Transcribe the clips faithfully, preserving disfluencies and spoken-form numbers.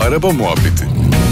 Araba Muhabbeti.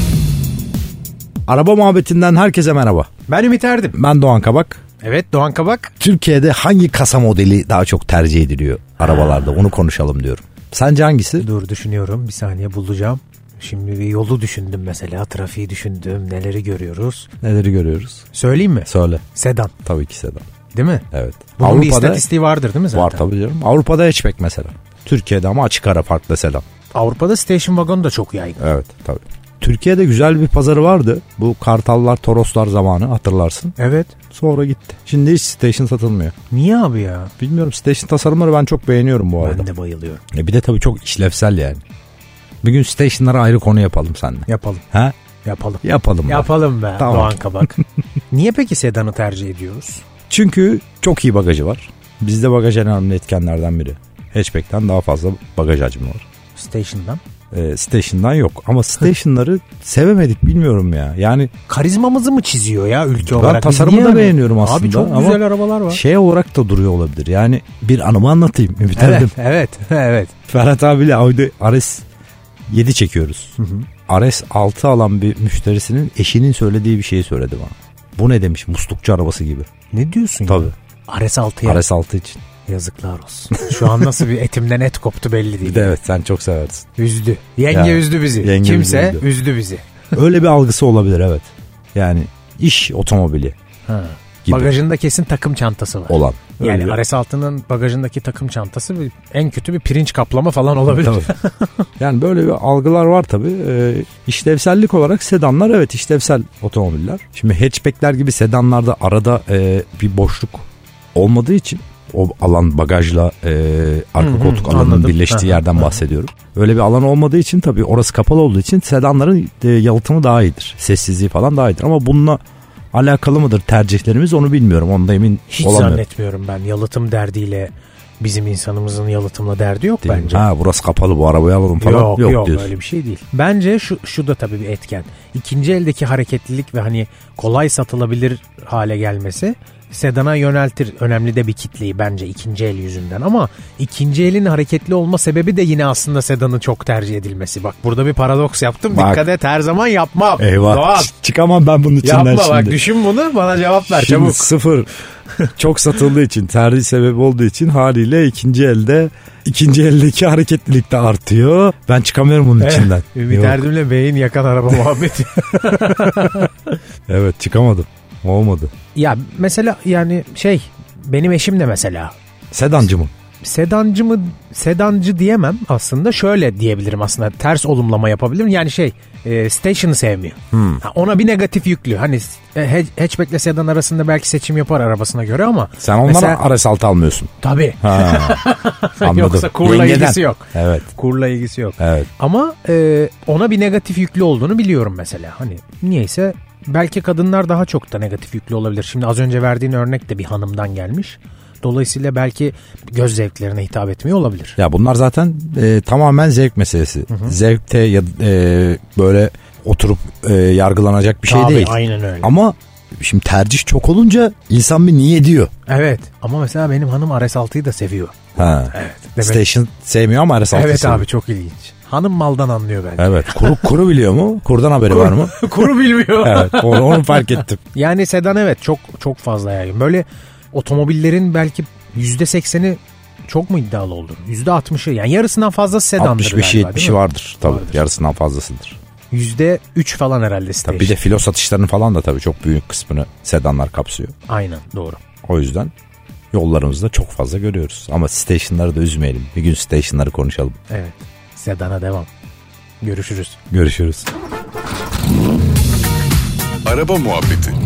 Araba muhabbetinden herkese merhaba. Ben Ümit Erdim. Ben Doğan Kabak. Evet, Doğan Kabak. Türkiye'de hangi kasa modeli daha çok tercih ediliyor arabalarda, onu konuşalım diyorum. Sence hangisi? Dur düşünüyorum, bir saniye bulacağım. Şimdi bir yolu düşündüm mesela, trafiği düşündüm, neleri görüyoruz. Neleri görüyoruz? Söyleyeyim mi? Söyle. Sedan. Tabii ki sedan. Değil mi? Evet. Bunun Avrupa'da, bir istatistiği vardır değil mi zaten? Var tabii canım. Avrupa'da hatchback mesela. Türkiye'de ama açık ara farklı sedan. Avrupa'da station wagon da çok yaygın. Evet tabii. Türkiye'de güzel bir pazarı vardı. Bu Kartallar, Toroslar zamanı, hatırlarsın. Evet. Sonra gitti. Şimdi hiç station satılmıyor. Niye abi ya? Bilmiyorum, station tasarımları ben çok beğeniyorum bu arada. Ben de bayılıyorum. E bir de tabii çok işlevsel yani. Bir gün stationlara ayrı konu yapalım seninle. Yapalım. Ha? Yapalım. Yapalım. Yapalım be, Tamam. Doğan Kabak. Niye peki sedanı tercih ediyoruz? Çünkü çok iyi bagajı var. Bizde bagaj en önemli etkenlerden biri. Hatchback'ten daha fazla bagaj hacmi var. Station'dan. Ee, station'dan yok. Ama station'ları sevemedik, bilmiyorum ya. Yani karizmamızı mı çiziyor ya ülke ben olarak? tasarımı da beğeniyorum aslında. Abi çok ama güzel arabalar var. Şey olarak da duruyor olabilir. Yani bir anımı anlatayım. Ümit Evet, Erdim. evet, evet. Ferhat abiyle Audi R S yedi çekiyoruz. Hı hı. R S altı alan bir müşterisinin eşinin söylediği bir şeyi söyledi bana. Bu ne demiş? Muslukçu arabası gibi. Ne diyorsun Tabii. ya? R S altıya. R S altı için. Yazıklar olsun. Şu an nasıl bir etimden et koptu belli değil. Bir de evet, sen çok seversin. Üzdü. Yenge Yani, üzdü bizi. yenge Kimse üzdü. üzdü bizi. Öyle bir algısı olabilir, evet. Yani iş otomobili Ha. gibi Bagajında kesin takım çantası var. olan. Yani Öyle. R S altının bagajındaki takım çantası bir, en kötü bir pirinç kaplama falan olabilir. Tabii. Yani böyle bir algılar var tabii. Ee, işlevsellik olarak sedanlar, evet, işlevsel otomobiller. Şimdi hatchbackler gibi sedanlarda arada e, bir boşluk olmadığı için, o alan bagajla e, arka Hı hı, koltuk alanının anladım. birleştiği Hı hı, yerden hı. bahsediyorum. Öyle bir alan olmadığı için tabii orası kapalı olduğu için sedanların e, yalıtımı daha iyidir. Sessizliği falan daha iyidir. Ama bununla alakalı mıdır tercihlerimiz, onu bilmiyorum. Onda emin Hiç olamıyorum. zannetmiyorum ben. Yalıtım derdiyle bizim insanımızın yalıtımla derdi yok Değil mi? bence. Ha, burası kapalı, bu arabayı alalım falan. Yok yok, yok diyorsun. öyle bir şey değil. Bence şu şu da tabii bir etken. İkinci eldeki hareketlilik ve hani kolay satılabilir hale gelmesi sedana yöneltir. Önemli de bir kitleyi bence ikinci el yüzünden, ama ikinci elin hareketli olma sebebi de yine aslında sedanın çok tercih edilmesi. Bak burada bir paradoks yaptım. Bak. Dikkat et, her zaman yapmam. Eyvah. Doğan. Ç- Çıkamam ben bunun içinden Yapma şimdi. bak, düşün bunu, bana cevap ver Şimdi çabuk. sıfır. Çok satıldığı için, tercih sebebi olduğu için haliyle ikinci elde ikinci eldeki hareketlilik de artıyor. Ben çıkamıyorum bunun içinden. Ümit Yok. Erdem'le beyin yakan araba muhabbeti. Evet, çıkamadım. Olmadı. Ya mesela yani şey, benim eşim de mesela Sedancı mı? sedancı mı, sedancı diyemem aslında, şöyle diyebilirim aslında, ters olumlama yapabilirim. Yani şey, e, station'ı sevmiyor. Hmm. Ha, ona bir negatif yüklü. Hani e, hatchback ile sedan arasında belki seçim yapar arabasına göre, ama Sen onlara mesela, R S altı almıyorsun. tabii. Ha, anladım. Yoksa kurla Yengeden. ilgisi yok. Evet. Kurla ilgisi yok. Evet. Ama e, ona bir negatif yüklü olduğunu biliyorum mesela. Hani niyeyse, belki kadınlar daha çok da negatif yüklü olabilir. Şimdi az önce verdiğin örnek de bir hanımdan gelmiş. Dolayısıyla belki göz zevklerine hitap etmiyor olabilir. Ya bunlar zaten e, tamamen zevk meselesi. Hı hı. Zevkte ya e, böyle oturup e, yargılanacak bir şey Tabii, değil. aynen öyle. Ama şimdi tercih çok olunca insan bir niye diyor. Evet, ama mesela benim hanım R S altıyı da seviyor. Ha. Evet. Demek... Station sevmiyor ama R S altı Evet seviyor. abi, çok ilginç. Hanım maldan anlıyor bence. Evet. Kuru, kuru biliyor mu? Kurdan haberi var mı? Kuru bilmiyor. Evet. Onu, onu fark ettim. Yani sedan evet çok çok fazla yaygın. Böyle otomobillerin belki yüzde sekseni çok mu iddialı olur? yüzde altmışı, yani yarısından fazlası sedandır altmış beşi galiba, yetmişi değil mi? vardır. Tabii. Vardır. Yarısından fazlasıdır. yüzde üç falan herhalde station. Tabii bir de filo satışlarının falan da tabii çok büyük kısmını sedanlar kapsıyor. Aynen, doğru. O yüzden yollarımızda çok fazla görüyoruz. Ama stationları da üzmeyelim. Bir gün stationları konuşalım. Evet. Sedana devam. Görüşürüz. Görüşürüz. Araba Muhabbeti.